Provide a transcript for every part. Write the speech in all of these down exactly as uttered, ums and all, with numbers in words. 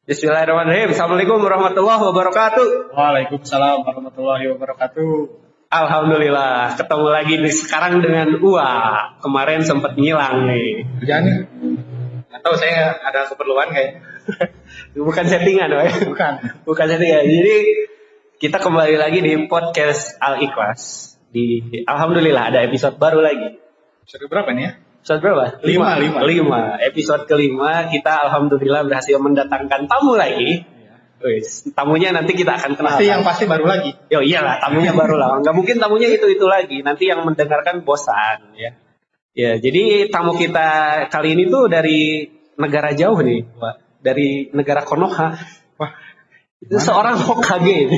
Bismillahirrahmanirrahim. Assalamualaikum warahmatullahi wabarakatuh. Waalaikumsalam warahmatullahi wabarakatuh. Alhamdulillah, ketemu lagi nih sekarang dengan Ua. Kemarin sempat ngilang nih. Kerjaannya? Nggak tahu, saya ada keperluan kayak. Bukan settingan, ya? Bukan. Bukan settingan. Jadi kita kembali lagi di podcast Al Ikhlas. Di Alhamdulillah ada episode baru lagi. Episode berapa nih ya? Episode berapa? Lima, lima. Lima. Episode kelima kita alhamdulillah berhasil mendatangkan tamu lagi. Wis, tamunya nanti kita akan kenal. Pasti yang pasti baru lagi. Yo iyalah, tamunya baru lah. Enggak mungkin tamunya itu-itu lagi. Nanti yang mendengarkan bosan ya. Ya, jadi tamu kita kali ini tuh dari negara jauh nih, Pak. Dari negara Konoha. Wah, itu seorang Hokage ini.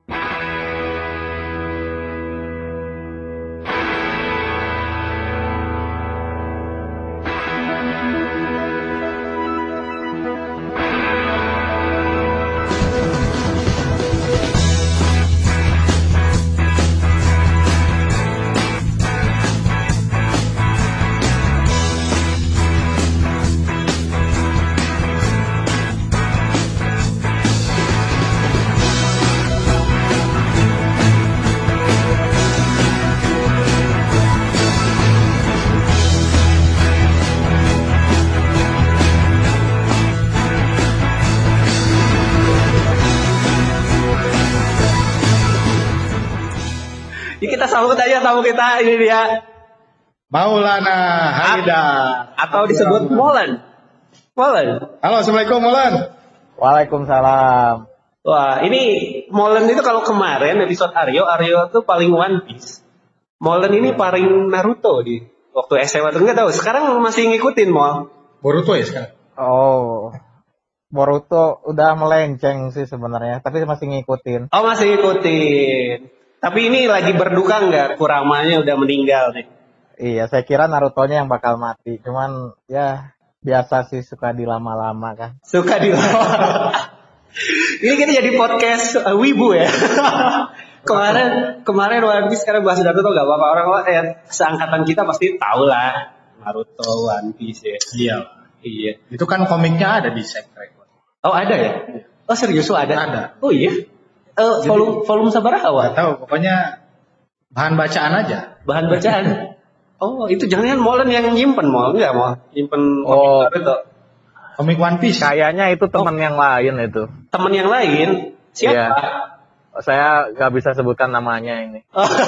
Kita sambut aja tamu kita, ini dia Maulana Haidar atau disebut Molen. Molen. Halo, assalamualaikum Molen. Waalaikumsalam. Wah, ini Molen itu kalau kemarin episode Aryo, Aryo tuh paling One Piece. Molen ini paling Naruto di waktu S M A tuh nggak tahu. Sekarang masih ngikutin Mol. Boruto ya sekarang? Oh, Boruto udah melenceng sih sebenarnya, tapi masih ngikutin. Oh, masih ngikutin. Tapi ini lagi berduka nggak? Kuramanya udah meninggal nih. Iya, saya kira Naruto-nya yang bakal mati. Cuman ya biasa sih, suka dilama-lama kan. Suka dilama. Ini kita jadi podcast uh, wibu ya. kemarin kemarin One Piece sekarang bahas Naruto nggak apa-apa. Orang-orang eh, seangkatan kita pasti tahu lah Naruto, One Piece ya. Iya. Iya. Itu kan komiknya ada di Sek Record. Oh ada ya? Oh serius oh, ada? Ada. Oh iya. Uh, volume volume sabaraha Nggak tahu, pokoknya bahan bacaan aja. Bahan bacaan. Oh, itu jangan Molen yang nyimpen, Mol. Enggak, Mol. Nyimpen Oh. komik itu. Komik One Piece. Kayaknya itu teman Oh. yang lain itu. Teman yang lain? Siapa? Iya. Saya nggak bisa sebutkan namanya ini.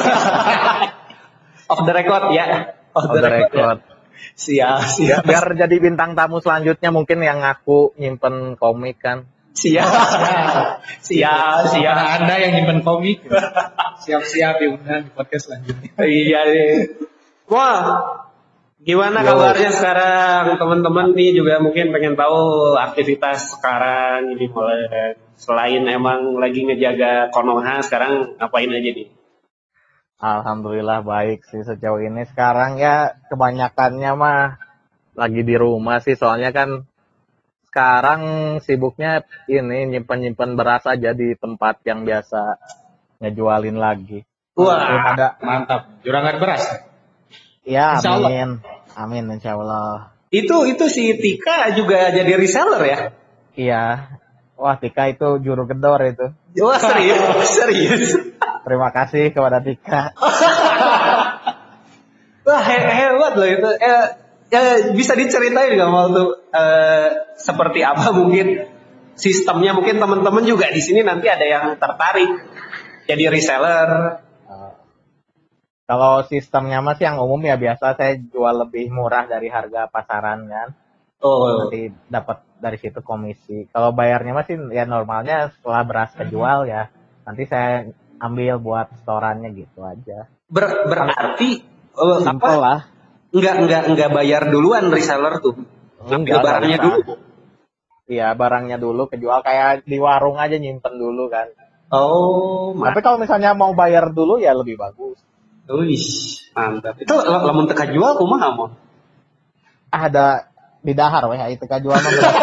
Off the record ya. Off the record. Siap, siap. Biar jadi bintang tamu selanjutnya mungkin yang ngaku nyimpen komik kan. Siap. Siap, siap. Siapa Anda yang nyimpen komik? Siap-siap diundang di podcast selanjutnya. Iya nih. Wah, gimana Yo. kabarnya sekarang? Teman-teman nih juga mungkin pengen tahu aktivitas sekarang ini mulai. Selain emang lagi ngejaga Konoha, sekarang ngapain aja nih? Alhamdulillah baik sih sejauh ini. Sekarang ya kebanyakannya mah lagi di rumah sih, soalnya kan sekarang sibuknya ini nyimpen-nyimpen beras aja di tempat yang biasa ngejualin lagi. Wah, Belum ada. Mantap. Jurangan beras. Ya, Insya Allah. amin. Amin insya Allah. itu itu si Tika juga jadi reseller ya? Iya. Wah, Tika itu juru gedor itu. Wah serius, serius. Terima kasih kepada Tika. Wah he- hebat loh itu. Eh, eh, bisa diceritain nggak Mal tuh eh, seperti apa mungkin sistemnya? Mungkin teman-teman juga di sini nanti ada yang tertarik jadi reseller. Uh, Kalau sistemnya mas yang umum ya biasa saya jual lebih murah dari harga pasaran kan. Oh, Nanti dapat dari situ komisi. Kalau bayarnya masih ya normalnya setelah beras kejual ya nanti saya ambil buat storannya gitu aja. ber- berarti eh, apa? Simple lah. Nggak nggak nggak bayar duluan reseller tuh. Ngambil Enggak, barangnya enggak dulu. usah. Iya, barangnya dulu kejual kayak di warung aja nyimpen dulu kan. Oh, Tapi kalau misalnya mau bayar dulu ya lebih bagus. Wih, mantap. Itu l- lamun teka jual kumaha Mal? Ada di dahar weh itu kejual mah beras.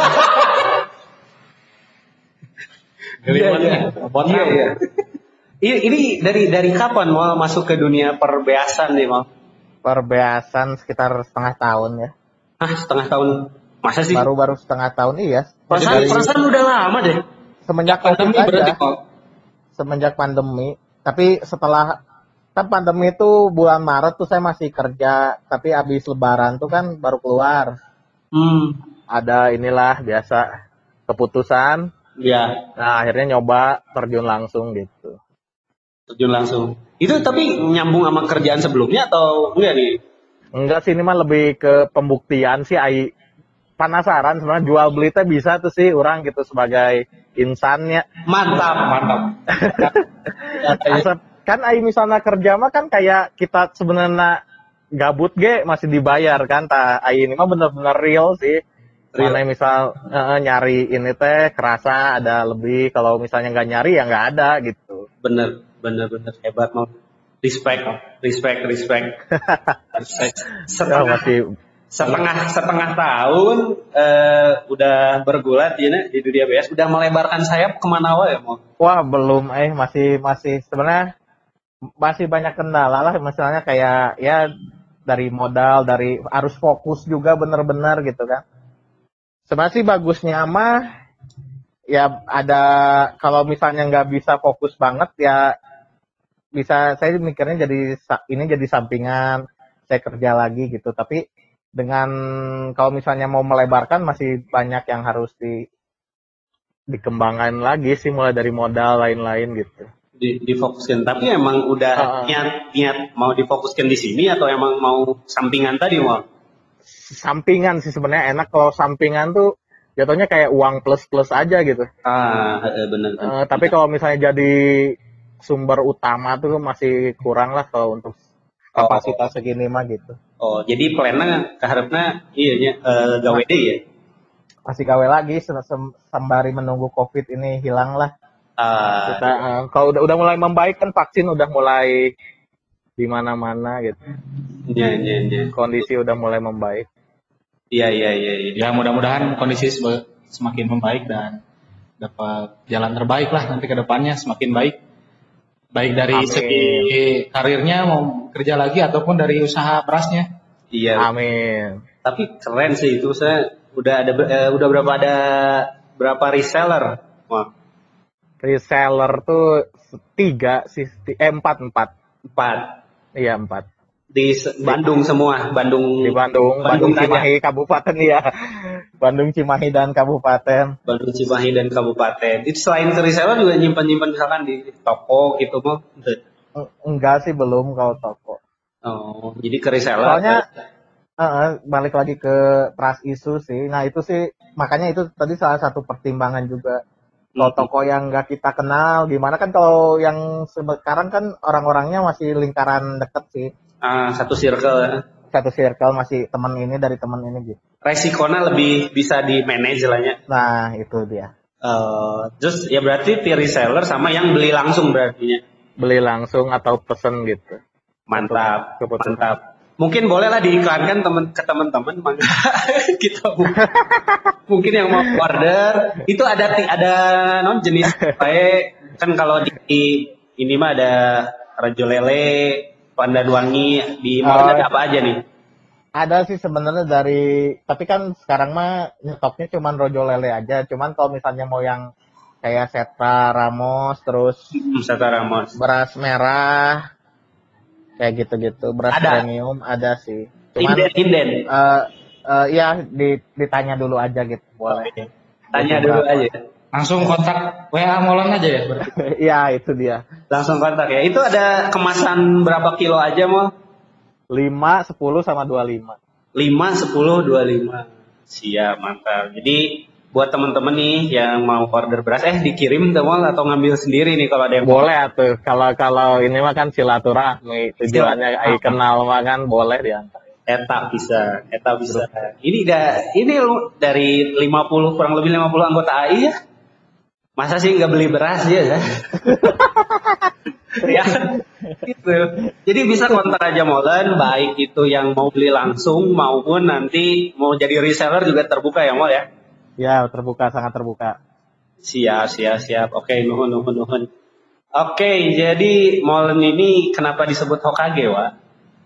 Iya, iya. Iya, iya. Ini, ini dari dari kapan mau masuk ke dunia perbeasan nih Mal? Perbeasan sekitar setengah tahun ya. Ah setengah tahun Masa sih? Baru-baru setengah tahun iya. Perasaan, Dari perasaan udah lama deh. semenjak COVID Pandemi berarti aja, kok. semenjak pandemi. Tapi setelah kan pandemi itu bulan Maret tuh saya masih kerja, tapi habis Lebaran tuh kan baru keluar. Hmm, Ada inilah biasa keputusan. ya Nah akhirnya nyoba terjun langsung gitu. terjun langsung. Itu tapi nyambung sama kerjaan sebelumnya atau enggak nih? Enggak sih ini mah lebih ke pembuktian sih. Ai penasaran sebenarnya jual beli teh bisa tuh sih orang gitu sebagai insannya. Mantap. Mantap. Ya, kayak Asap kan ai misalnya kerja mah kan kayak kita sebenarnya gabut ge masih dibayar kan. Ta ai ini mah bener-bener real sih. Real. Mana misal eh, nyari ini teh kerasa ada lebih, kalau misalnya nggak nyari ya nggak ada gitu. Bener, bener, bener hebat mau. Respect, respect, respect. saya Ya Setengah, masih setengah, setengah tahun eh, udah bergulat ya di dunia B S. Udah melebarkan sayap kemana wae mau? wah belum eh masih masih sebenarnya masih banyak kendala lah, misalnya kayak ya dari modal, dari harus fokus juga bener-bener gitu kan. Sebenarnya sih bagusnya mah ya ada, kalau misalnya nggak bisa fokus banget ya bisa saya mikirnya jadi sa- ini jadi sampingan, saya kerja lagi gitu. Tapi dengan kalau misalnya mau melebarkan masih banyak yang harus di dikembangkan lagi sih, mulai dari modal lain-lain gitu. Di, difokuskan. Tapi emang udah Heeh. niat niat mau difokuskan di sini atau emang mau sampingan tadi mau? Sampingan sih sebenarnya enak, kalau sampingan tuh jatuhnya kayak uang plus plus aja gitu. Ah, eh, bener, bener. Eh, tapi kalau misalnya jadi sumber utama tuh masih kurang lah kalau untuk Oh, kapasitas segini mah gitu. oh, jadi plannya keharapnya iya nya eh, gawe Mas, deh ya. masih gawe lagi se- sem- sembari menunggu COVID ini hilang lah. Ah, Kita eh, kalau udah udah mulai membaik kan, vaksin udah mulai di mana-mana gitu. iya, iya, iya. Kondisi udah mulai membaik. Iya, iya, iya, iya. ya mudah-mudahan kondisi sebe- semakin membaik dan dapat jalan terbaik lah nanti ke depannya semakin baik. Baik dari segi Amin. karirnya mau kerja lagi ataupun dari usaha berasnya. Iya. Amin. Tapi keren sih itu saya udah ada eh, udah berapa ada berapa reseller? Wah, Reseller tuh tiga sih, ti- eh empat empat. empat Iya empat. di se- Di, Bandung semua, Bandung di Bandung, Bandung Bandung aja. Cimahi Kabupaten ya. Bandung Cimahi dan Kabupaten. Bandung Cimahi dan Kabupaten. Itu selain ke reseller juga nyimpan-nyimpan misalkan di toko gitu mau. Eng- Enggak sih belum kalau toko. Oh, jadi ke reseller. Soalnya eh, eh, balik lagi ke trust issue sih. Nah itu sih makanya itu tadi salah satu pertimbangan juga. Kalau Hmm. toko yang nggak kita kenal, gimana kan kalau yang sekarang kan orang-orangnya masih lingkaran deket sih. Ah, satu circle. Satu circle masih teman ini dari teman ini gitu. Resikonya lebih bisa di manage lah ya. Nah itu dia. Eh, terus ya berarti di reseller sama yang beli langsung berarti ya. Beli langsung atau pesen gitu. Mantap, Keputusan. mantap. Mungkin bolehlah diiklankan temen ke teman-teman, mangga kita mungkin yang mau order itu ada ti- ada non jenis kayak kan kalau di ini mah ada Rajo Lele, Pandan Wangi di mall Oh, ada apa aja nih? ada sih sebenarnya dari, tapi kan sekarang mah nyetoknya cuman Rojo Lele aja. Cuman kalau misalnya mau yang kayak Setra Ramos, terus Hmm, Sata Ramos. beras merah, kayak gitu-gitu, beras Ada. premium ada sih. Cuman Inden, inden. eh eh, ya di- ditanya dulu aja gitu, boleh. Tanya Butuh dulu berapa? aja. Langsung kontak W A Molan aja ya berarti. Iya itu dia. Langsung kontak ya. Itu ada kemasan berapa kilo aja mau? lima, sepuluh sama dua puluh lima. lima, sepuluh, dua puluh lima. Siap, mantap. Jadi buat teman-teman nih yang mau order beras, eh dikirim ke mall atau ngambil sendiri nih kalau ada yang mau. Boleh tuh. Kalau kalau ini mah kan silaturahmi, tujuannya ai kenal mah kan boleh diantar. Eta bisa, eta bisa. Ini udah, ini lu dari lima puluh kurang lebih lima puluh anggota A I ya. Masa sih nggak beli beras ya? Ya, gitu. Jadi bisa kontak aja Molen, baik itu yang mau beli langsung maupun nanti mau jadi reseller juga terbuka ya Mol ya. Ya terbuka, sangat terbuka. Siap, siap, siap. Oke, nuhun, nuhun, nuhun. Oke, jadi Molen ini kenapa disebut Hokage, Wak?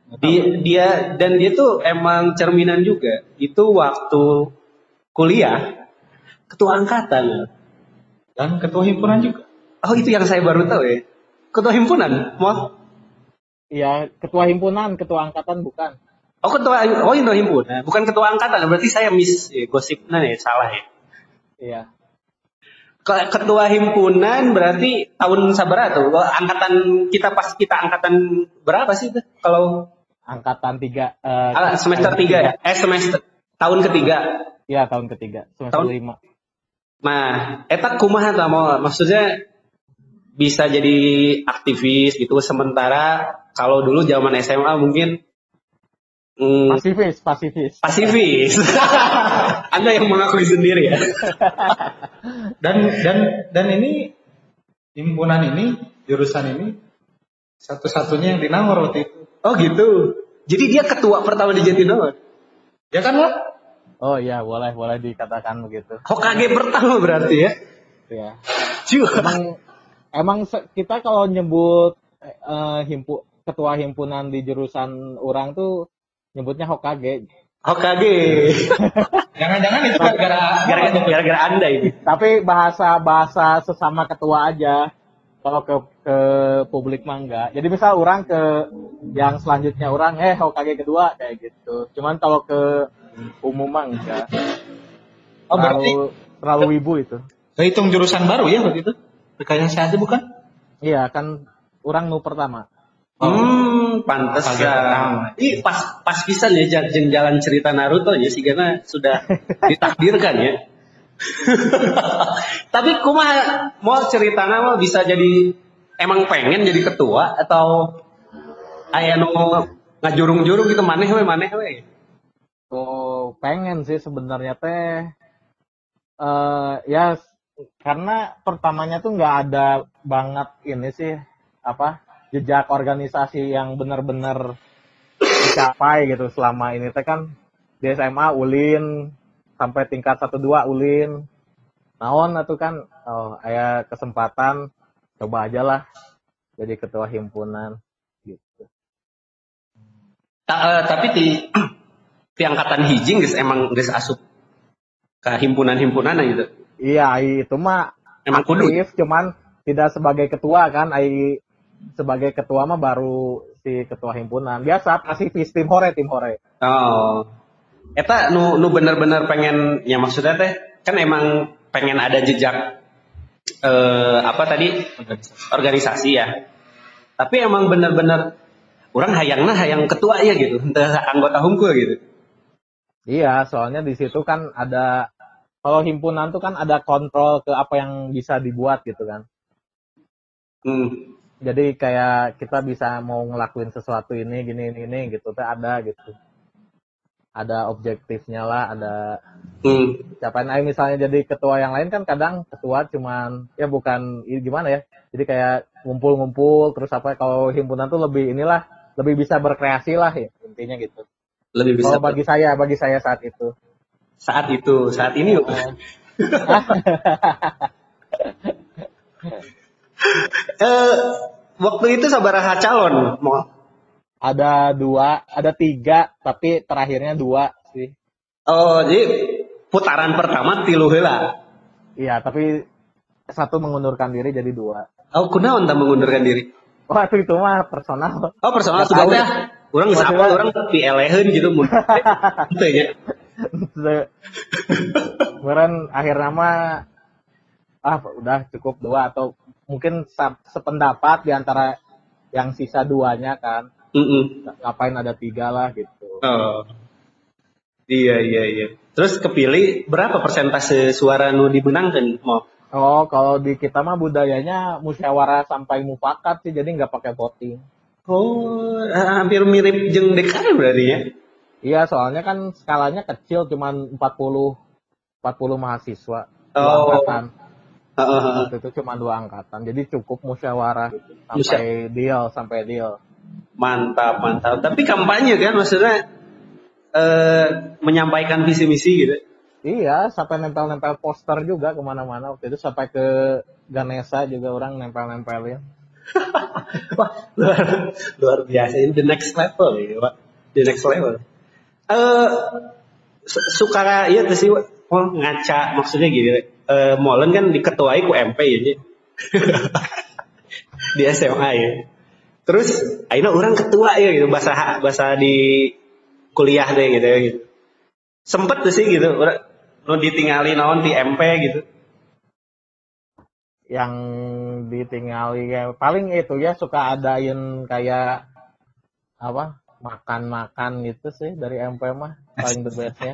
Dia, dia dan dia tuh emang cerminan juga. Itu waktu kuliah ketua angkatan. Dan ketua himpunan juga. Oh itu yang saya baru tahu ya. Ketua himpunan, mau? Iya, ketua himpunan, ketua angkatan bukan. Oh ketua, oh itu himpunan, bukan ketua angkatan. Berarti saya miss ya, gosipnya nih salah ya. Iya. Ke- Ketua himpunan berarti tahun sabara tuh? Wah, angkatan kita pas kita angkatan berapa sih itu? Kalau Angkatan tiga. eh, ah, semester tahun tiga ya? Eh semester tahun ketiga. Iya, tahun ketiga. Semester Tahun. lima. Nah, eta kumaha tah mau maksudnya bisa jadi aktivis gitu sementara kalau dulu zaman S M A mungkin hmm, Pasifis, pasifis. pasifis. Anda yang mengakui sendiri ya. Dan dan dan ini himpunan ini, jurusan ini satu-satunya yang di Nangor waktu itu. Oh gitu. Jadi dia ketua pertama di Jatinangor. Ya kan, Wak? Oh iya, boleh, boleh dikatakan begitu. Hokage pertama berarti ya. Iya. Cuma. Emang, emang se- kita kalau nyebut eh, himpu, ketua himpunan di jurusan orang tuh nyebutnya Hokage. Hokage. Jangan-jangan itu gara-gara Gara-gara gara-gara Anda ini. Tapi bahasa bahasa sesama ketua aja. Kalau ke ke publik mah enggak. Jadi misal orang ke yang selanjutnya orang, eh Hokage kedua kayak gitu. Cuman kalau ke umum mah enggak. Oh, berarti Terlalu terlalu wibu itu. kehitung jurusan baru ya waktu itu? Rekayasa bukan? Iya kan orang nu pertama. Hmm, pantes Hokage ya. pertama. Ini pas pas pisan ya jang jeng jalan cerita Naruto ya sih karena sudah ditakdirkan ya. Tapi kumaha mau cerita nama bisa jadi emang pengen jadi ketua atau aya nu ngajurung-jurung gitu maneh we maneh we. Oh, pengen sih sebenarnya teh eh ya s- karena pertamanya tuh nggak ada banget ini sih apa jejak organisasi yang benar-benar dicapai gitu selama ini teh kan di S M A ulin sampai tingkat satu dua ulin. Naon atuh kan oh aya kesempatan coba aja lah jadi ketua himpunan gitu. Ta- eh, tapi di di angkatan hiji geus emang geus asup ke himpunan-himpunan gitu. Iya, itu mah Emang kudu. aktif, cuman tidak sebagai ketua kan. Ai sebagai ketua mah baru si ketua himpunan. Biasa pasifis tim hore, tim hore. Oh. Eta nu nu bener-bener pengen ya maksudnya teh kan emang pengen ada jejak eh apa tadi organisasi ya. Tapi emang bener-bener orang hayangna hayang ketua ya gitu, entah anggota hungkul gitu. Iya, soalnya di situ kan ada kalau himpunan tuh kan ada kontrol ke apa yang bisa dibuat gitu kan. Hmm. Jadi kayak kita bisa mau ngelakuin sesuatu ini gini ini, ini gitu tuh ada gitu. Ada objektifnya lah, ada Hmm. siapa yang misalnya jadi ketua yang lain kan kadang ketua cuman ya bukan i- gimana ya jadi kayak ngumpul-ngumpul terus apa kalau himpunan tuh lebih inilah lebih bisa berkreasi lah ya intinya gitu Lebih bisa kalau bagi saya bagi saya saat itu. saat itu, saat ini. Eh, Eh waktu itu sabaraha calon mau. ada dua ada tiga tapi terakhirnya dua sih. Oh, jadi putaran pertama tilu heula. Iya tapi satu mengundurkan diri jadi dua. Oh, kunaon tah mengundurkan diri? Wah itu itu mah personal. Oh, personal Nggak sudah tahu. dah. Orang geus Maksudnya- apal, orang pieleheun gitu mun. Henteu nya. Kemarin akhir nama ah udah cukup dua atau mungkin sa- sependapat di antara yang sisa duanya kan Heeh. ngapain ada tiga lah gitu. Oh. Iya, iya, iya. Terus kepilih berapa persentase suara nu dimenangkan mau? Oh kalau di kita mah budayanya musyawarah sampai mufakat sih jadi nggak pakai voting. Oh, eh, hampir mirip jeung D K I berarti ya. Iya soalnya kan skalanya kecil cuman empat puluh empat puluh mahasiswa dua Oh. angkatan. Heeh, heeh. Waktu itu cuma dua angkatan jadi cukup musyawarah sampai deal sampai deal. Mantap, mantap. Tapi kampanye kan maksudnya eh menyampaikan visi misi gitu. Iya, sampai nempel-nempel poster juga kemana-mana. Waktu itu sampai ke Ganesha juga orang nempel-nempelin. Wah, luar, luar biasa. Ini the next level ya, Pak. The next level. Eh, su- suka iya tuh sih, Wak. Oh, ngaca maksudnya gini. Eh, Molen kan diketuai ku M P ya, Ji. Di S M A ya. Terus akhirnya orang ketua ya gitu, bahasa bahasa di kuliah deh gitu ya gitu. Sempet tuh sih gitu, orang nu ditinggali naon di M P gitu. Yang ditinggali ya paling itu ya suka adain kayak apa makan-makan gitu sih dari M P mah paling the bestnya.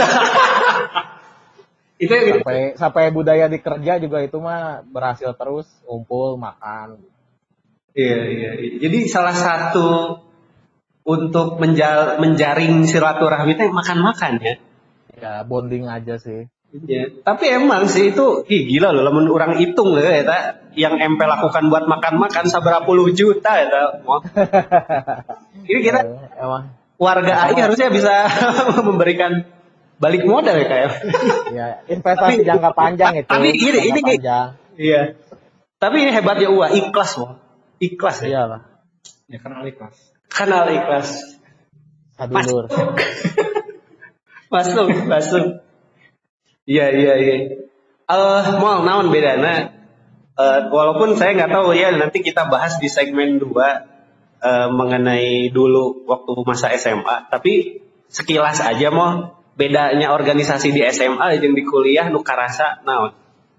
Itu ya gitu. Sampai sampai budaya di kerja juga itu mah berhasil terus ngumpul makan. Iya, iya, iya. Jadi salah satu untuk menjal, menjaring silaturahmi itu makan-makan ya. Ya bonding aja sih. Iya. Tapi emang sih itu ih, gila loh, lamun orang hitung loh ya, ta. Yang M P lakukan buat makan-makan seberapa puluh juta ya, ta. Mau. Ini kita Eh, emang warga A I harusnya bisa memberikan balik modal ya kayak. ya investasi Tapi- jangka panjang itu. tapi ini- jangka ini- panjang. Iya. Tapi ini hebatnya U A, ikhlas loh. Ikhlas ya. Iyalah. Ya kenal ikhlas. Kanal ikhlas. Sadulur. Masuk, masuk. Iya, iya, iya. Eh, mal naon bedana? Eh, walaupun saya nggak tahu ya, nanti kita bahas di segmen dua eh, mengenai dulu waktu masa S M A. Tapi sekilas aja mal bedanya organisasi di S M A jeung di kuliah nu karasa naon?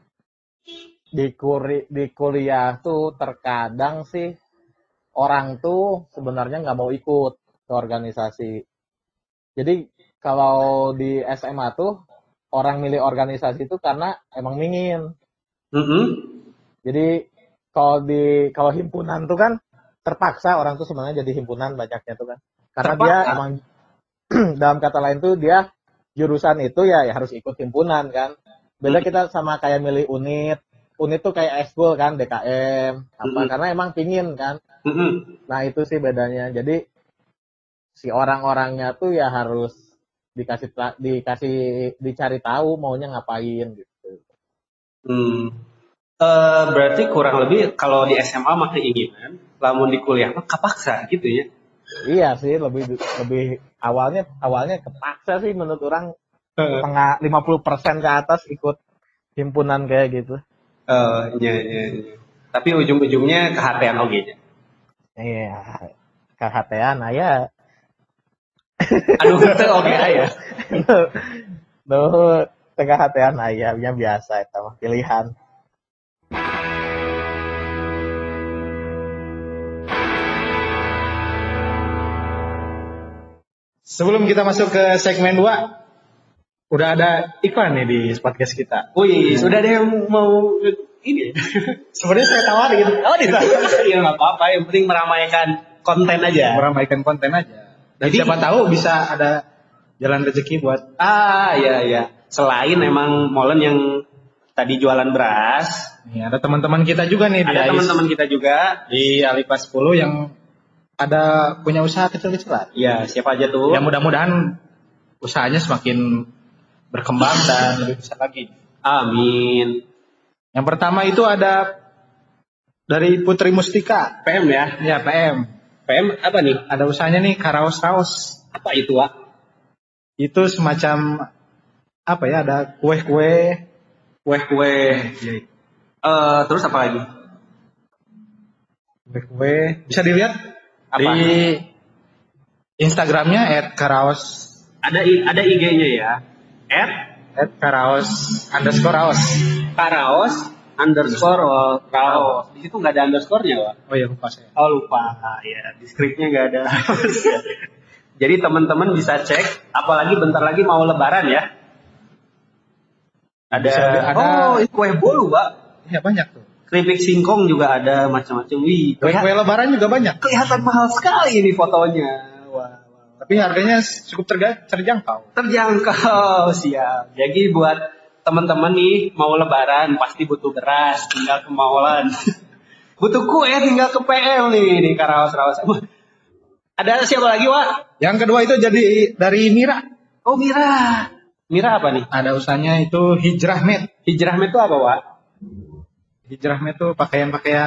Di kuri, di kuliah tuh terkadang sih orang tuh sebenarnya nggak mau ikut ke organisasi. Jadi kalau di S M A tuh orang milih organisasi itu karena emang ingin. Mm-mm. Jadi kalau di kalau himpunan tuh kan terpaksa orang tuh sebenarnya jadi himpunan banyaknya tuh kan. Karena dia Terpaksa. emang dalam kata lain tuh dia jurusan itu ya, ya harus ikut himpunan kan. Beda kita sama kayak milih unit. Unit tuh kayak ekskul kan, D K M apa Mm-mm. karena emang pingin kan. Mm-mm. Nah, itu sih bedanya. Jadi si orang-orangnya tuh ya harus dikasih ta- dikasih dicari tahu maunya ngapain gitu. Hmm. Eh, berarti kurang lebih kalau di S M A mah keinginan, lamun di kuliah mah kapaksa gitu ya. Iya sih lebih lebih awalnya awalnya kepaksa sih menurut orang Heeh. setengah lima puluh persen ke atas ikut himpunan kayak gitu. Oh, iya, iya, iya. Tapi ujung-ujungnya kehatian oge nya. Iya, kehatean aya. Aduh, itu oke ya. Nuh, tengah hatean aya nya biasa eta mah pilihan. Sebelum kita masuk ke segmen dua, udah ada iklan nih di podcast kita. Wih, sudah ada yang mau ini. Sebenarnya saya tawarin gitu. Oh, ditanya. Ya nggak apa-apa, yang penting meramaikan konten aja. Meramaikan konten aja. Dan Jadi- siapa tahu bisa ada jalan rezeki buat Ah, iya, iya. Selain emang Molen yang tadi jualan beras, nih, ada teman-teman kita juga nih di ada A I S, teman-teman kita juga. di Alipas sepuluh yang ada punya usaha kecil-kecilan. Ya, siapa aja tuh? Ya mudah-mudahan usahanya semakin berkembang dan lebih besar lagi. Amin. Yang pertama itu ada dari Putri Mustika. P M ya? Ya, P M. P M apa nih? Ada usahanya nih Karaos-raos. Apa itu, Wak? Itu semacam apa ya? Ada kue-kue. Kue-kue. Eh, terus apa lagi? Kue-kue. Bisa dilihat Apa? di Instagramnya at karaos Ada i- ada I G-nya ya. At at karaos underscore raos. Karaos underscore Raos. Di situ nggak ada underscore-nya, Wak. Oh iya lupa saya. Oh lupa, ya di skripnya nggak ada. Jadi teman-teman bisa cek, apalagi bentar lagi mau Lebaran ya. Ada, Bisa di- ada- oh ini kue bolu, Pak. Iya banyak tuh. Keripik singkong juga ada macam-macam. Wih, Kue-kue kelihatan, lebaran juga banyak. kelihatan mahal sekali ini fotonya. Wah, wah. Tapi harganya cukup terga- terjangkau. Terjangkau, siap. Jadi buat teman-teman nih mau Lebaran pasti butuh beras, tinggal ke Molen. Butuh kue, tinggal ke P M nih, nih Karaos-raos. Ada siapa lagi, Wak? Yang kedua itu jadi dari Mira. Oh, Mira. Mira apa nih? Ada usahanya itu Hijrah Med. Hijrah itu apa, Wak? Hijrah Med tuh pakaian-pakaian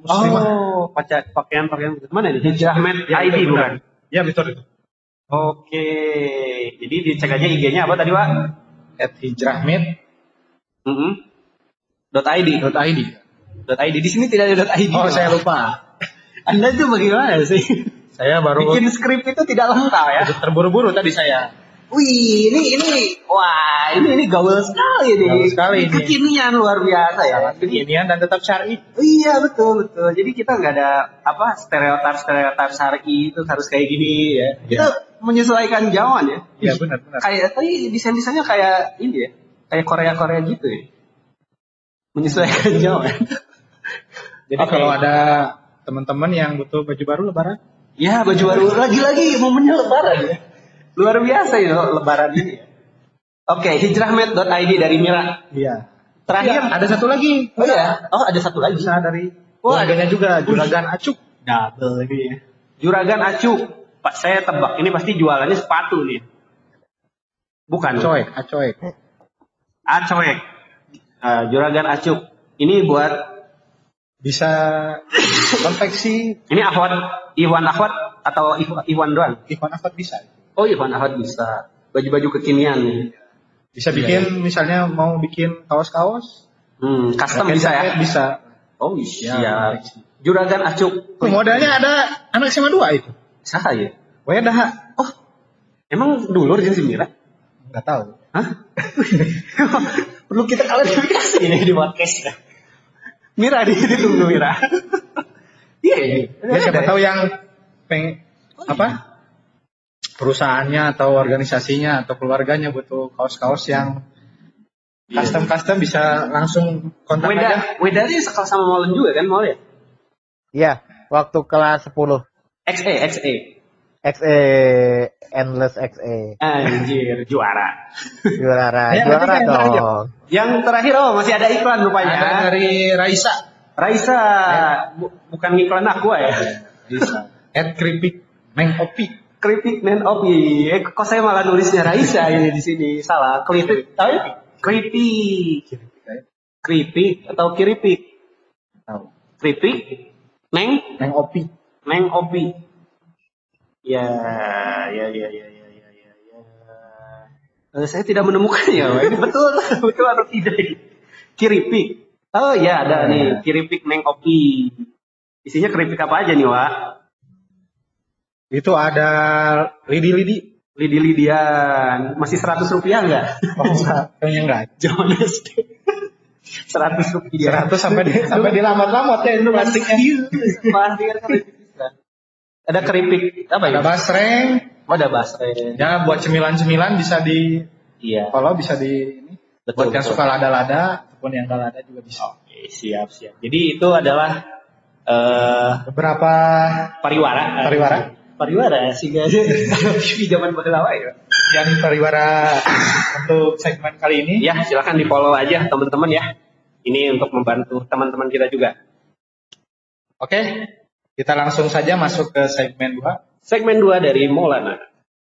muslimah. Oh, pakai pakaian-pakaian mana nih? Hijrahmed Ya, I D betul, bukan? Ya betul itu. Oke. Jadi dicek aja I G-nya apa tadi, Pak? At hijrahmed Mm-hmm. Dot .id. dot id. Dot .id di sini tidak ada dot .id. Oh, Pak. saya lupa. Anda itu bagaimana sih? Saya baru Bikin skrip itu tidak lengkap ya. terburu-buru tadi saya. Wih, ini ini wah, ini ini gaul sekali nih. Gaul sekali ini. Kekinian luar biasa ya. Sangat kekinian dan tetap syar'i. Iya betul betul. Jadi kita nggak ada apa stereotip stereotip syar'i itu harus kayak gini ya. Kita menyesuaikan zaman ya. Iya benar benar. Kayak tadi desain desainnya kayak ini ya, kayak Korea Korea gitu ya. Menyesuaikan zaman. Jadi Oke. kalau ada teman-teman yang butuh baju baru lebaran, Ya baju baru lagi-lagi momennya lebaran ya. Luar biasa ya lebaran ini ya. Oke, hijrahmed dot I D dari Mira. iya. Terakhir Iya, ada satu lagi. Oh ya, oh ada satu lagi. Bisa dari Oh, keluarganya juga, Juragan Acuk. Double ini ya. Juragan Acuk. Pak saya tebak ini pasti jualannya sepatu nih. Bukan. Acoek, acoek. Acoek. Uh, Juragan Acuk. Ini buat Bisa konveksi ini Ahwat, Iwan Ahwat atau Iw- Iwan doang? Ikhwan Afat bisa. Oh Iwan Ahwat bisa. Baju-baju kekinian nih. Bisa bikin misalnya mau bikin kaos-kaos, Hmm, custom bisa ya? jaket bisa. Oh Ya, iya. Juragan Acuk. Tuh, modelnya ada anak S M A dua itu. Saha ya? Wedah. Oh, emang dulur jeung si Mira? Enggak tahu. Hah? Perlu kita klarifikasi ini di podcast ya. Mira di ditunggu Mira. Iya, iya. Ya siapa tahu yang peng apa? Perusahaannya atau organisasinya atau keluarganya butuh kaos-kaos yang Iya. custom-custom bisa langsung kontak aja. Weda, Weda ini sekelas sama Molen juga kan, Mol ya? Iya, waktu kelas sepuluh. X E, X E. X E, Endless X E. Anjir, juara. Juara, Ya, juara nanti yang terakhir. dong. Yang terakhir, oh masih ada iklan rupanya. Ada dari Raisa. Raisa, Bu- bukan iklan aku ya. Raisa. At keripik Meng Opi. Keripik Nen Opi. Eh, kok saya malah nulisnya Raisa ini di sini. Salah. Keripik, tahu ya? Keripik. Keripik atau kiripik? Tahu. Keripik, Neng, Meng Opi. Neng Opi. Ya, ya, ya, ya, ya, ya, ya, ya. Eh, saya tidak menemukannya. Wak. Ini betul, betul atau tidak? ini? Kiripik. Oh ya, ada nih. Kiripik Neng Opi. Isinya keripik apa aja nih, Wak? Itu ada lidi-lidi. Lidi-lidian. Masih seratus rupiah nggak? Oh, kayaknya enggak. Zaman S D. seratus rupiah. seratus sampai di, sampai dilamar-lamar ya itu plastiknya. Plastik kan keripik bisa. Ada keripik apa ya? Ada basreng. Oh, ada basreng. Ya buat cemilan-cemilan bisa di Iya. kalau bisa di ini. Betul, Buat yang betul. suka lada-lada ataupun yang enggak lada juga bisa. Oke, siap, siap. Jadi itu adalah eh Beberapa pariwara. Pariwara. Pariwara sih guys. Di zaman baheula ya. yang pariwara untuk segmen kali ini. Ya, silakan di-follow aja teman-teman ya. Ini untuk membantu teman-teman kita juga. Oke, kita langsung saja masuk ke segmen dua. Segmen dua dari Maulana.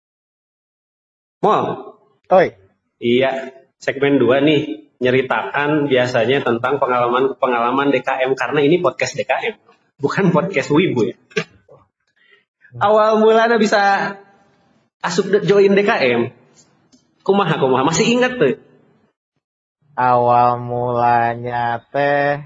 Mol. Oi, Iya, segmen dua nih nyeritakan biasanya tentang pengalaman-pengalaman D K M karena ini podcast D K M, bukan podcast Wibu ya. Awal mulanya bisa asup join D K M. Kumaha kumaha masih ingat tuh? awal mulanya teh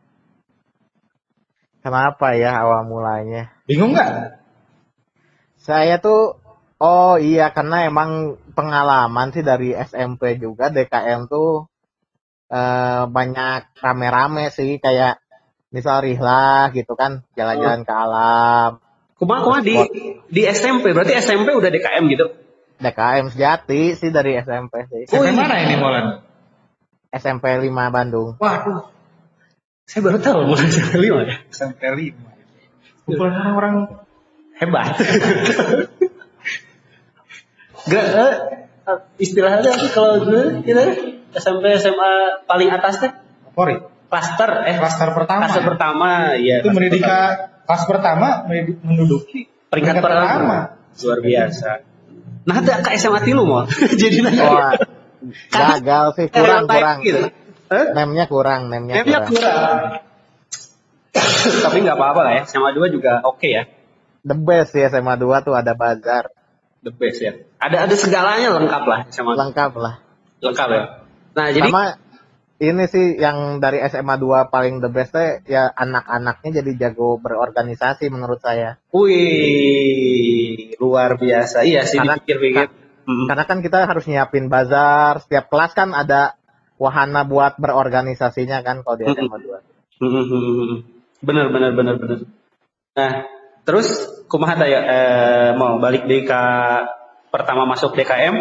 kenapa ya awal mulanya? Bingung nggak? Saya tuh oh iya karena emang pengalaman sih dari S M P juga D K M tuh eh, banyak rame-rame sih kayak misal rihlah gitu kan jalan-jalan ke alam. Kumaha kumaha di di S M P berarti S M P udah D K M gitu? D K M sejati sih dari S M P sih. Sampai mana ini Molan? S M P lima Bandung. Waduh, Saya baru tahu mulai S M P lima ya. S M P lima. Kumpulan orang-orang Hebat. Gak, eh, istilahnya apa kalau gue gitu S M P S M A paling atas teh favorit. klaster eh Klaster pertama. klaster ya? pertama ya Itu klaster Merdeka pertama. kelas pertama menduduki peringkat pertama luar biasa. Nah ada ke S M A tilu mau jadi Wah, gagal sih kurang kurang. gitu. Eh? Nemnya kurang, nemnya Nemnya kurang. kurang. Tapi nggak apa-apa lah ya. S M A dua juga oke ya. The best sih S M A dua tuh ada bazar. The best ya. Ada ada segalanya lengkap lah S M A. Lengkap lah. Lengkap ya. Nah, jadi Sama ini sih yang dari S M A dua paling the best ya anak-anaknya jadi jago berorganisasi menurut saya. wih, luar biasa. Iya sih Karena dipikir-pikir. ka- Mm. karena kan kita harus nyiapin bazar, setiap kelas kan ada wahana buat berorganisasinya kan kalau di S M A dua. Mm-mm. Bener bener bener bener. Nah, terus kumaha ya eh, mau balik deh ke pertama masuk D K M.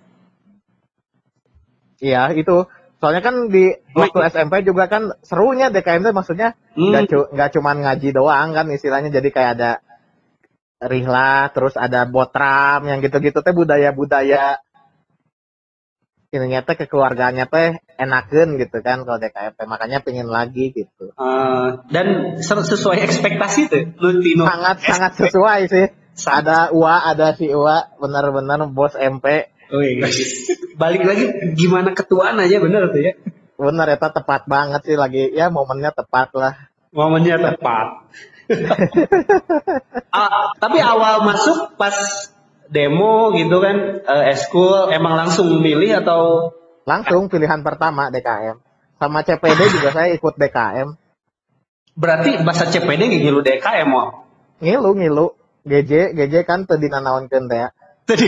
Iya, itu. Soalnya kan di waktu S M P juga kan serunya D K M itu maksudnya Hmm. nggak cu- nggak cuman ngaji doang kan istilahnya, jadi kayak ada rihlah, terus ada botram yang gitu-gitu teh budaya-budaya ininya teh kekeluargaannya teh enakeun gitu kan kalau D K M teh, makanya pengen lagi gitu. Eh, dan ser- sesuai ekspektasi tuh lu Tino. Sangat sangat sesuai sih. Sangat. Ada Uwa, ada si Uwa, benar-benar bos M P. Wih, balik lagi gimana ketuaan aja bener tuh ya. Bener eta tepat banget sih, lagi ya momennya tepat lah. Momennya tepat. Ah, tapi awal masuk pas demo gitu kan, eh, eskul emang langsung milih atau Langsung pilihan pertama D K M. Sama C P D juga saya ikut D K M. berarti bahasa C P D gak ngilu D K M mau? Ngilu ngilu. G J G J kan teu dinanaonkeun teh. Jadi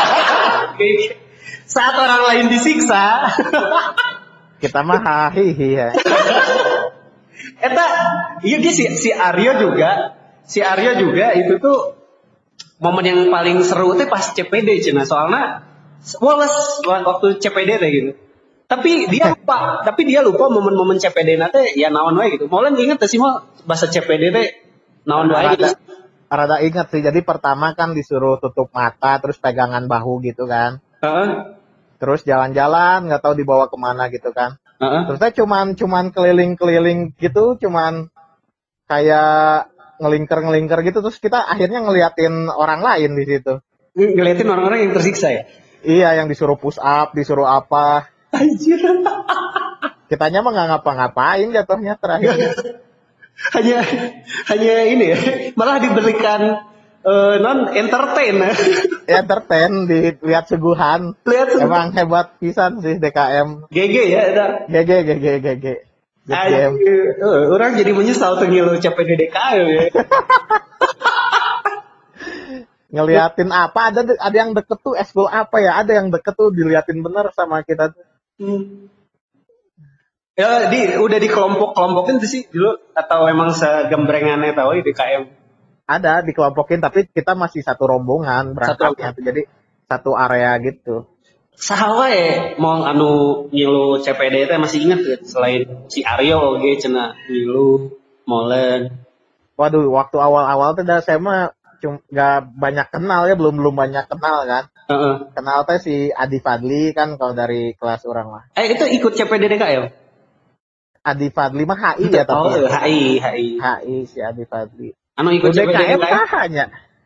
saat orang lain disiksa, Kita mah hahihi ya. eta iya dia si, si Aryo juga, si Aryo juga itu tuh momen yang paling seru tuh pas C P D cina soalnya woles waktu C P D teh gitu. Tapi dia lupa, tapi dia lupa momen-momen C P D nate ya naon wae gitu. Maulan inget teh sih mau bahasa C P D teh naon wae gitu. Rada, rada ingat sih. Jadi pertama kan disuruh tutup mata, terus pegangan bahu gitu kan. Heeh. Terus jalan-jalan, nggak tahu dibawa kemana gitu kan. Heeh. Terus saya cuman cuman keliling-keliling gitu, cuman kayak ngelingker-ngelingker gitu. Terus kita akhirnya ngeliatin orang lain di situ. Ngeliatin orang-orang yang tersiksa ya. Iya, yang disuruh push up, disuruh apa. Anjir. Kitanya mah nggak ngapa-ngapain jatuhnya terakhir. hanya hanya ini ya, malah diberikan eh, non entertain. Entertain, dilihat suguhan. Lihat Emang hebat pisan sih D K M. G G ya ada. G G, G G, G G. Good game. Eh, orang jadi menyesal tuh ngilu C P D D K M ya. Ngeliatin apa, ada ada yang deket tuh eskul apa ya, ada yang deket tuh diliatin bener sama kita tuh. Hmm. Ya di udah dikelompok-kelompokin tuh sih dulu atau emang segembrengannya tahu di D K M. Ada dikelompokin, tapi kita masih satu rombongan berangkatnya tuh, jadi satu area gitu. Saha wae mau anu ngilu C P D teh masih inget ya selain si Aryo oge cenah ngilu molen. Waduh, waktu awal-awal tuh dah saya mah cum- nggak banyak kenal ya, belum belum banyak kenal kan. Heeh. Kenal teh si Adi Fadli kan kalau dari kelas orang lah. Eh itu ikut C P D D K M? Adi Fadli mah H I ya Oh, tapi. H I, H I. H I si Adi Fadli. Anu ikut C P D D K M? D K M hanya.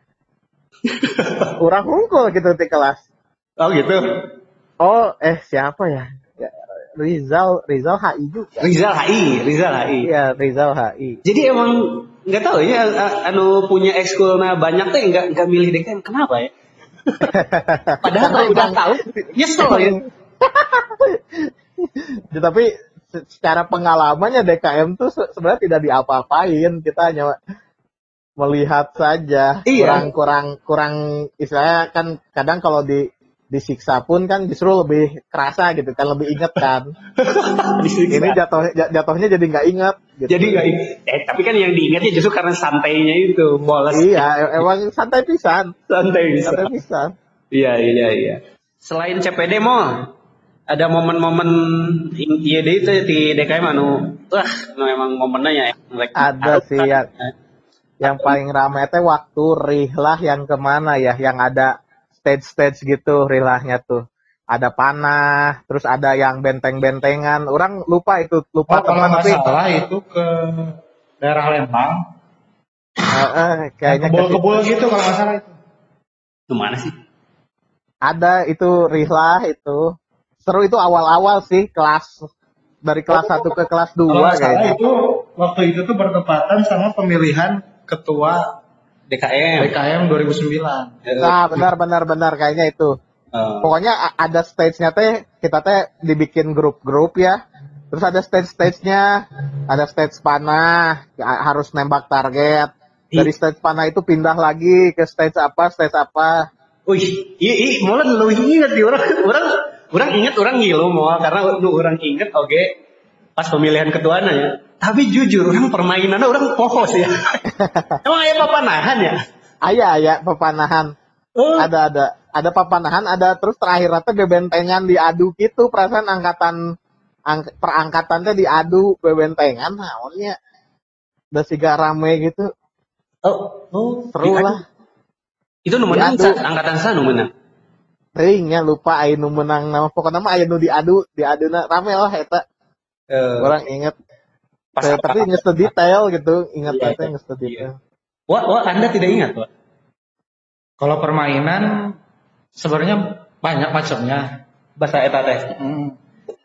Kurang hungkul gitu di kelas. Oh gitu. Oh, eh siapa ya? Ya, Rizal, Rizal H I juga. Rizal H I, Rizal H I. Iya, Rizal H I. Jadi emang nggak tahu ya a- anu punya ekskulnya banyak teh nggak nggak milih D K M kenapa ya? Padahal kalau udah tahu nyesel ya. Ya, tapi se- secara pengalamannya D K M tuh se- sebenarnya tidak diapa-apain, kita hanya melihat saja. Iya. Kurang kurang kurang istilahnya kan kadang kalau di disiksa pun kan justru lebih kerasa gitu kan, lebih inget kan. Ini jatuh ja- jatuhnya jadi nggak inget. Gitu. Jadi nggak eh tapi kan yang diingatnya justru karena santainya itu bolos. Iya, e- emang santai pisan, Santai bisa. santai pisan. Iya iya iya. Selain C P D mau ada momen-momen I D itu di D K M anu wah anu emang momennya ya. Mereka Ada sih yang yang paling ramai teh waktu rihlah yang kemana ya, yang ada stage-stage gitu rihlahnya tuh. Ada panah, terus ada yang benteng-bentengan. Orang lupa itu, Oh, lupa kalau teman nggak tapi salah itu ke daerah Lembang. eh, eh, kayaknya ke- Kebul-kebul gitu kalau nggak salah itu. Itu mana sih? ada itu rihlah itu. Seru itu awal-awal sih kelas dari kelas satu ke kelas Kalau dua nggak salah kayaknya. itu waktu itu tuh bertepatan sama pemilihan ketua D K M. D K M dua ribu sembilan. Nah, benar benar benar kayaknya itu. Oh. Pokoknya a- ada stage-nya teh, kita teh dibikin grup-grup ya. Terus ada stage-stage-nya, ada stage panah, ya, harus nembak target. Dari stage panah itu pindah lagi ke stage apa, stage apa. Wih, iya, iya, malah lu inget di orang, orang, orang inget orang ngilu mau karena lu orang inget, oke, pas pemilihan ketuanya ya. Tapi jujur, orang permainannya orang pohos ya. Emang ayah papanahan ya? Ayah, ayah, pepanahan. Oh, Ada, ada. Ada papanahan, ada terus terakhir teh bebentengan diadu gitu, perasaan angkatan, ang, perangkatan teh diadu bebentengan, naonnya. Udah siga rame gitu, oh, oh, seru diadu. lah. Itu nu menang, Diadu. Sa- angkatan sana nu menang. Ringnya lupa aya nu menang nama pokoknya mah aya nu diadu diaduna rame lah eta Eh, orang inget pas Te- tapi nggak detail gitu ingat Iya, teh iya. nggak detail. Wah, wah, Anda tidak ingat, Pak? Kalau permainan sebenarnya banyak macamnya. Bahasa eta teh. Hmm.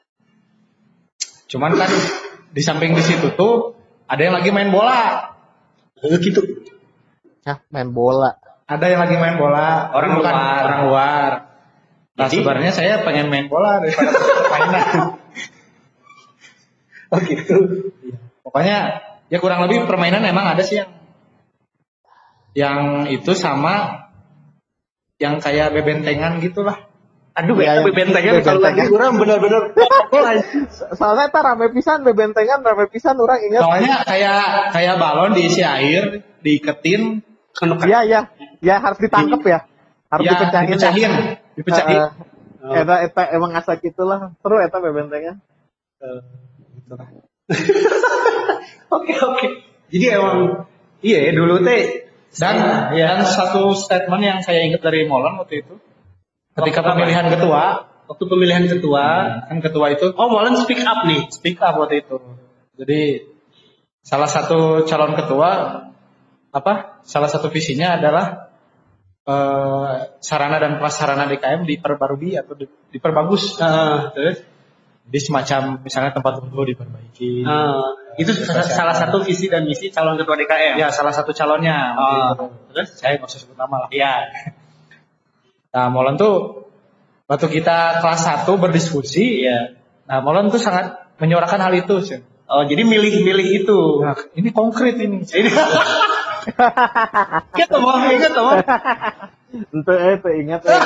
Cuman kan di samping di situ tuh ada yang lagi main bola. Eh, gitu. Ya main bola Ada yang lagi main bola. Orang bukan luar. orang luar. Nah, Jadi- sebenarnya saya pengen main bola daripada permainan. Oh gitu. Pokoknya ya kurang lebih permainan emang ada sih yang yang itu sama yang kayak bebentengan gitulah. Aduh, Iya, ya, yang bebentengan kalau lagi bebentengan. orang benar-benar So- soalnya eta rame pisan bebentengan rame pisan orang ingat Soalnya kayak kayak balon diisi air, diiketin, iya iya ya harus ditangkap ya harus ya dipecahin ya. dipecahin, dipecahin. Heeh. Eta eta emang asa gitulah seru eta bebentengan. Oke, oke. Jadi emang iya ya, dulu teh Dan ya dan satu statement yang saya ingat dari Molan waktu itu, ketika Waktu apa? pemilihan ketua, waktu pemilihan ketua, kan ketua itu oh Molen speak up nih. speak up waktu itu. Jadi salah satu calon ketua apa? Salah satu visinya adalah eh, sarana dan prasarana D K M diperbarui atau di- diperbagus. Eh, terus Jadi semacam misalnya tempat duduk diperbaiki. eh, itu sa- salah satu visi dan misi calon ketua D K M. Ya salah satu calonnya. waktu Oh, itu. terus Saya nggak usah sebut nama lah. iya. Nah Molan tuh waktu kita kelas satu berdiskusi, Iya. nah Molan tuh sangat menyuarakan hal itu sih. Oh, jadi milih-milih itu. Nah, ini konkret ini. Ini Ingat tuh, Bang. Ingat tuh, Bang. Ente itu ingat eh.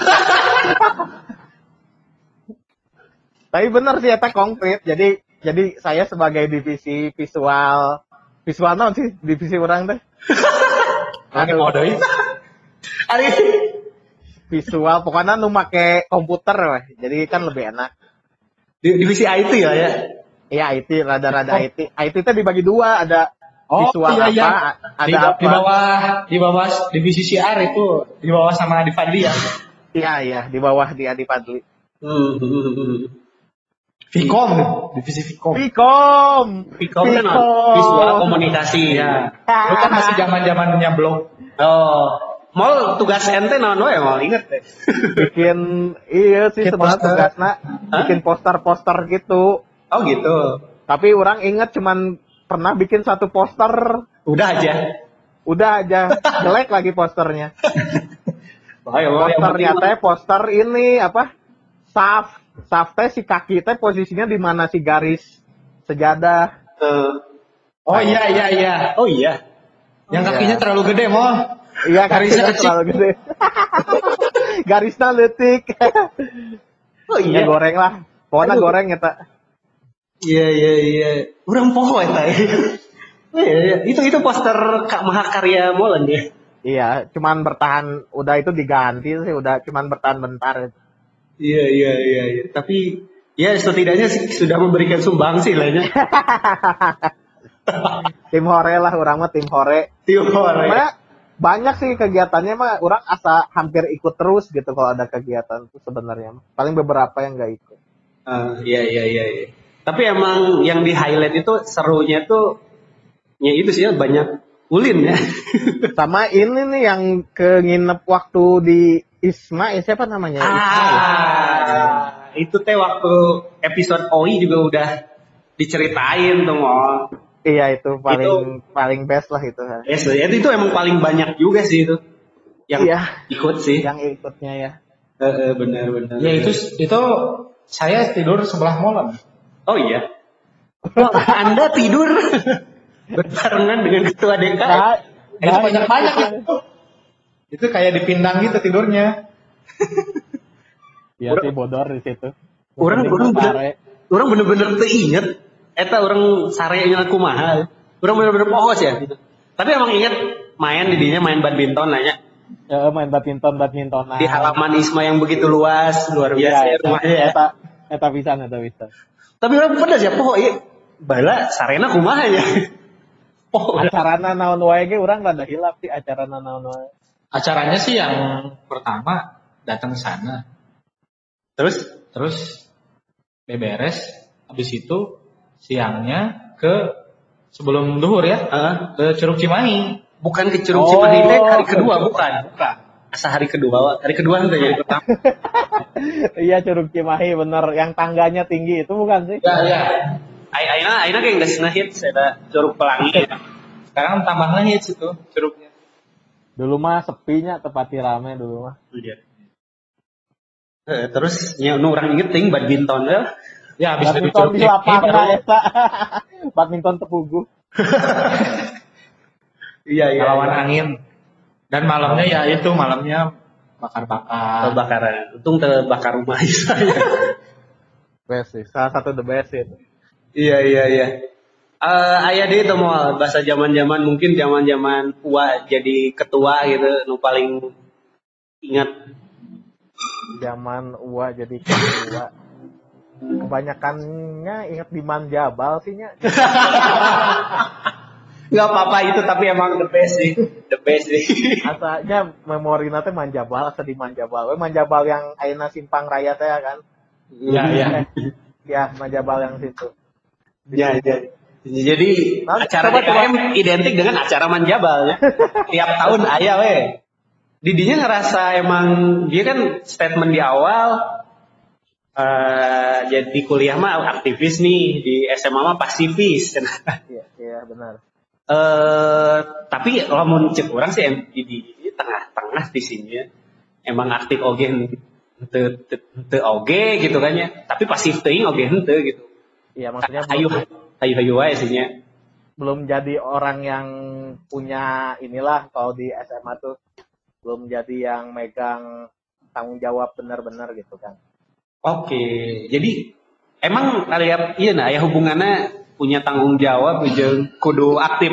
Tapi bener sih eta konkret. Jadi jadi saya sebagai divisi visual visual naon sih divisi orang teh. Oke, mau doi. Ari. Visual pokoknya nu make komputer weh. Jadi kan lebih enak. Di- Divisi I T ya, ya. Iya I T rada-rada I T. I T teh dibagi dua ada Oh, visual iya, iya. apa ada Di, apa. di bawah di bawah divisi C R itu di bawah sama Adi Fadli ya. Iya iya di bawah di Adi Padli. Hmm, hmm, hmm, hmm. Vkom, divisi Vkom. Vkom. Vkom kan visual komunikasi. Iya. Itu kan masih zaman-zamannya blog. Oh, mal tugas ente naon wae mal inget deh. Bikin iya sih Bikin sebenarnya poster. tugasna bikin poster-poster gitu. Oh gitu. Tapi orang inget cuman pernah bikin satu poster, Udah aja. udah aja jelek lagi posternya. Bahaya mal yang Posternya penting teh poster ini apa? Saf, saf teh si kaki teh posisinya di mana si garis sejadah. eh, Oh iya iya iya. oh iya. Yang Iya. kakinya terlalu gede, Mo. Iya Garisnya garisnya kecil. terlalu gede. Garisnya letik. Oh Ya iya. goreng lah. Pokoknya Aduh. goreng eta. Iya iya iya. Urang poho eta. Oh iya, iya. Itu itu poster Kak Mahakarya Molen ya. Iya, cuman bertahan udah itu diganti sih, udah cuman bertahan bentar. Iya iya iya iya. Tapi ya setidaknya sih sudah memberikan sumbangsi lah ya. Tim hore lah orang mah tim hore. Timor ya. Sebenarnya banyak sih kegiatannya mah orang asa hampir ikut terus gitu kalau ada kegiatan tuh sebenarnya. Paling beberapa yang nggak ikut. Ah, iya iya iya iya. Tapi emang yang di highlight itu serunya tuh ya itu sih ya, banyak ulin ya. Sama ini nih yang ke nginep waktu di Isma, ya siapa namanya? Isma, ya? Ah, itu teh waktu episode O I juga udah diceritain tuh mau. Iya itu paling paling best lah itu. Yes, itu itu emang paling banyak juga sih itu yang Iya. ikut sih. Yang ikutnya ya. Eh, eh, benar-benar. Ya itu itu saya tidur sebelah molen. Oh iya. Oh, Anda tidur berbarengan dengan ketua D K. Nah, Itu banyak-banyak ya. Itu kayak dipindang gitu tidurnya. Iya sih bodor di situ. Orang Penting orang bener, sare. orang bener-bener teringet. Eta orang sarenya kumaha. Orang bener-bener pohos ya. Gitu. Tapi emang inget main di dinya main badminton nanya. Ya, main badminton badminton. Di halaman Isma yang begitu luas, luar biasa ya, rumahnya ya. Eta eta pisan eta pisan. Tapi orang pedas ya poho ieu. Bala sarena kumaha ya. Oh, Acarana naon wae ge urang rada hilap sih acarana naon wae. Acaranya sih yang pertama datang ke sana. terus Terus beberes. Habis itu siangnya ke sebelum duhur ya. uh, Ke Curug Cimahi. bukan ke Curug Oh, Cimahi teh hari kedua bukan. Bukan. Asa hari kedua, hari kedua itu jadi pertama. Iya Curug Cimahi bener yang tangganya tinggi itu bukan sih? Ya, ya. Ai aina aina kayak geus hits ada Curug Pelangi. Sekarang tambahnya hits itu curugnya. Dulu mah sepinya tepati rame dulu mah. Iya. Eh, terus nya nu urang inget ting badminton ya. Ya, habis dari Badminton Curug di Cimahi lapangan baru eta. Badminton tepugu. Iya iya. lawan angin. Dan malamnya ya itu malamnya bakar-bakar. Kebakaran. Untung terbakar rumah saya. Best sih, salah satu the best itu. Iya iya iya. Eh aya deui teh moal bahasa zaman-zaman mungkin zaman-zaman tua jadi ketua gitu nu paling ingat. Zaman Uwa jadi ketua. Kebanyakannya ingat di Manjabal sih nya. Enggak apa-apa itu tapi emang the best sih. The best sih. Asanya memori nate Manjabal, asa di Manjabal. We Manjabal yang ayeuna Simpang Raya teh kan. Ya, ya. Ya, Manjabal yang situ. Ya, ya. Jadi Nah, acara coba, D K M identik dengan acara Manjabal ya. Tiap tahun aya we. Didinya ngerasa emang dia kan statement di awal eh jadi kuliah mah aktivis nih, di S M A mah pasifis. Iya, iya benar. Eh tapi lamun cek orang sih em- di, di, di tengah-tengah di sini ya. Emang aktif oge teu teu teu oge gitu kan ya. Tapi pasif teuing oge henteu gitu. Iya, maksudnya Hayu belum, hayu hayu wae sih nya. belum jadi orang yang punya inilah kalau di S M A tuh belum jadi yang megang tanggung jawab benar-benar gitu kan. Oke, jadi emang aya iya nah aya hubungannya punya tanggung jawab jeung kudu aktif.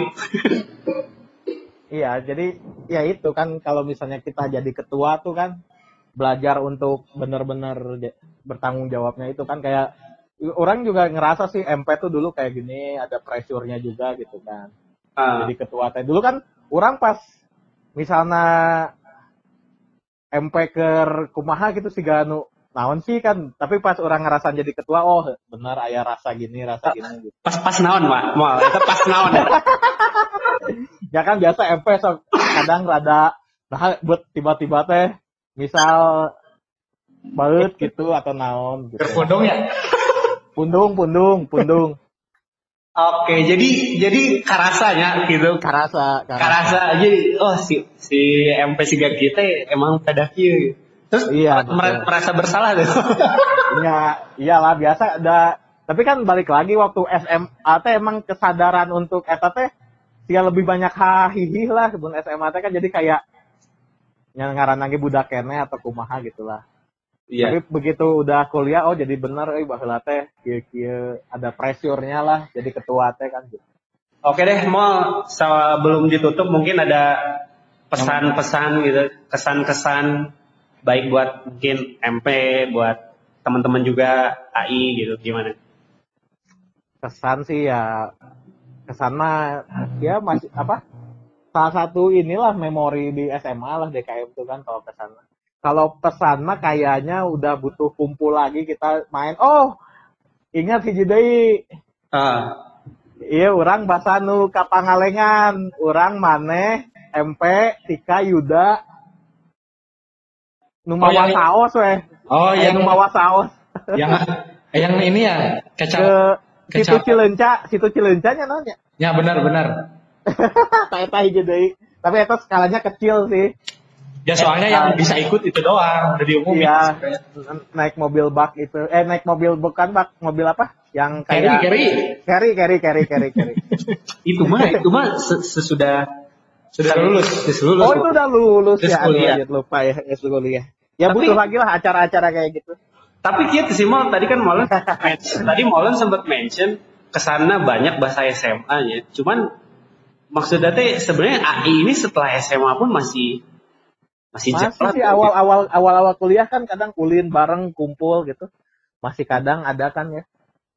Iya, jadi ya itu kan kalau misalnya kita jadi ketua tuh kan belajar untuk benar-benar j- bertanggung jawabnya itu kan kayak orang juga ngerasa sih M P tuh dulu kayak gini ada pressure-nya juga gitu kan. Ah, Jadi ketua teh dulu kan orang pas misalnya M P ke kumaha gitu sih ganu naon sih kan tapi pas orang ngerasa jadi ketua oh benar aya rasa gini rasa gini gitu. pas-pas naon mah, moal eta pas naon ya. Ya kan biasa M P sok kadang rada nah buat tiba-tiba teh misal baut gitu atau naon gitu. Berpodong ya. Pundung pundung pundung Oke, jadi jadi karasanya gitu. karasa karasa. Karasa jadi oh si si M P tiga kita emang pada kieu. Terus Iya, mer- betul. merasa bersalah tuh. Iya, iyalah biasa ada. Tapi kan balik lagi waktu S M A teh emang kesadaran untuk eta teh dia lebih banyak hahihi lah sebelum S M A teh kan jadi kayak yang ngaran lagi budak kene atau kumaha gitulah. Iya. Tapi begitu udah kuliah oh jadi bener euy baheula teh kieu-kieu ada pressure-nya lah jadi ketua teh kan gitu. Oke deh, mau sebelum ditutup mungkin ada pesan-pesan gitu, kesan-kesan baik buat mungkin M P, buat teman-teman juga A I gitu gimana? Kesan sih ya kesan mah ya masih apa salah satu inilah memori di S M A lah D K M tuh kan kalau kesan mah. Kalau pesan mah kayaknya udah butuh kumpul lagi kita main. Oh, ingat hiji deui. Ah, Iya, urang basa nu ka Pangalengan, urang maneh M P Tika Yuda nu Oh, mawa yang- saos weh. Oh, Aya yang nu mawa saos yang yang ini ya ke kecap situ Cileunca, situ Cileuncanya nanya. Ya benar-benar. Eta hiji deui. Tapi eta skalanya kecil sih. Ya soalnya yang bisa ikut itu doang, udah diumumin. Iya, naik mobil bak itu, eh naik mobil bukan bak, mobil apa? Yang Carry, kayak carry. carry, carry, carry, carry, carry. Itu mah itu mah se- sesudah Sudah lulus. sesudah lulus. Oh itu udah lulus Terus ya, aduh kuliah. lanjut lupa ya, es kuliah. Ya Tapi- butuh lagi lah acara-acara kayak gitu. Tapi kita sih mau tadi kan Molen tadi Molen sempat mention kesana banyak bahasa S M A-nya. Cuman maksudnya teh sebenarnya A I ini setelah S M A pun masih masih Masih jalan. sih awal-awal awal-awal kuliah kan kadang kulin bareng kumpul gitu. Masih kadang ada kan ya.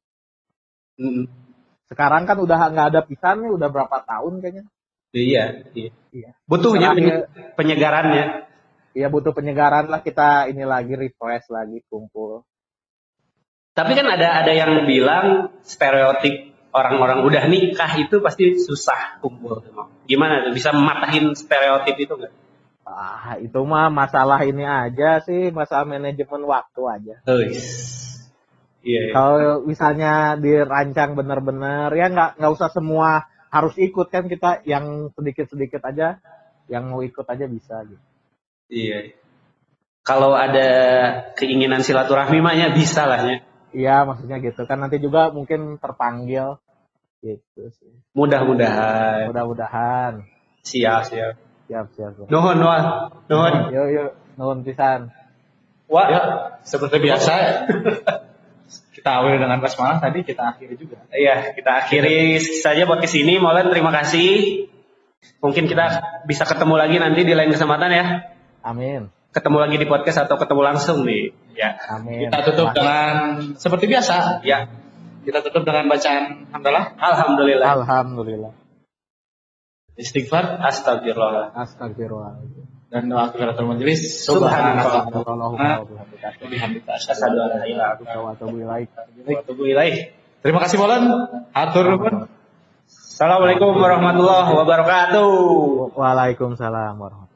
Mm, Sekarang kan udah nggak ada pisan nih, udah berapa tahun kayaknya. iya, iya. Iya. Butuhnya Sekarang penye- penyegarannya. Iya butuh penyegaran lah, kita ini lagi refresh lagi kumpul. Tapi kan ada ada yang bilang stereotip orang-orang udah nikah itu pasti susah kumpul. Gimana tuh? Bisa mematahin stereotip itu nggak? Ah itu mah masalah ini aja sih, masalah manajemen waktu aja. Guys. Iya. iya. Kalau misalnya dirancang benar-benar ya nggak nggak usah semua harus ikut kan, kita yang sedikit-sedikit aja yang mau ikut aja bisa gitu. Iya. Kalau ada keinginan silaturahmi mah ya bisa lah ya. Iya maksudnya gitu kan, nanti juga mungkin terpanggil gitu sih. Mudah-mudahan. Mudah-mudahan. Siap, siap. Siap siap. siap. Nuhun, Wal. Nuhun. Yuk yuk nuhun pisan. Wah. Ya, seperti biasa. Kita awali dengan basmalah, tadi kita akhiri juga. Iya, kita akhiri saja buat kesini. Molen, terima kasih. Mungkin kita bisa ketemu lagi nanti di lain kesempatan ya. Amin. Ketemu lagi di podcast atau ketemu langsung nih. Ya. Amin. Kita tutup Mas- dengan seperti biasa. Ya. Kita tutup dengan bacaan hamdalah, Alhamdulillah. Alhamdulillah. istighfar, Astagfirullah. Astagfirullahaladzim. dan doa kafaratul majelis. Subhanallah. Subhanallah. Subhanallah. Bihamdika Asyhadu an la ilaha illa Wa atubu ilaik. anta wa atubu ilaih. Terima kasih Molen. Hatur nuhun. Assalamualaikum warahmatullahi wabarakatuh. Waalaikumsalam warahmatullahi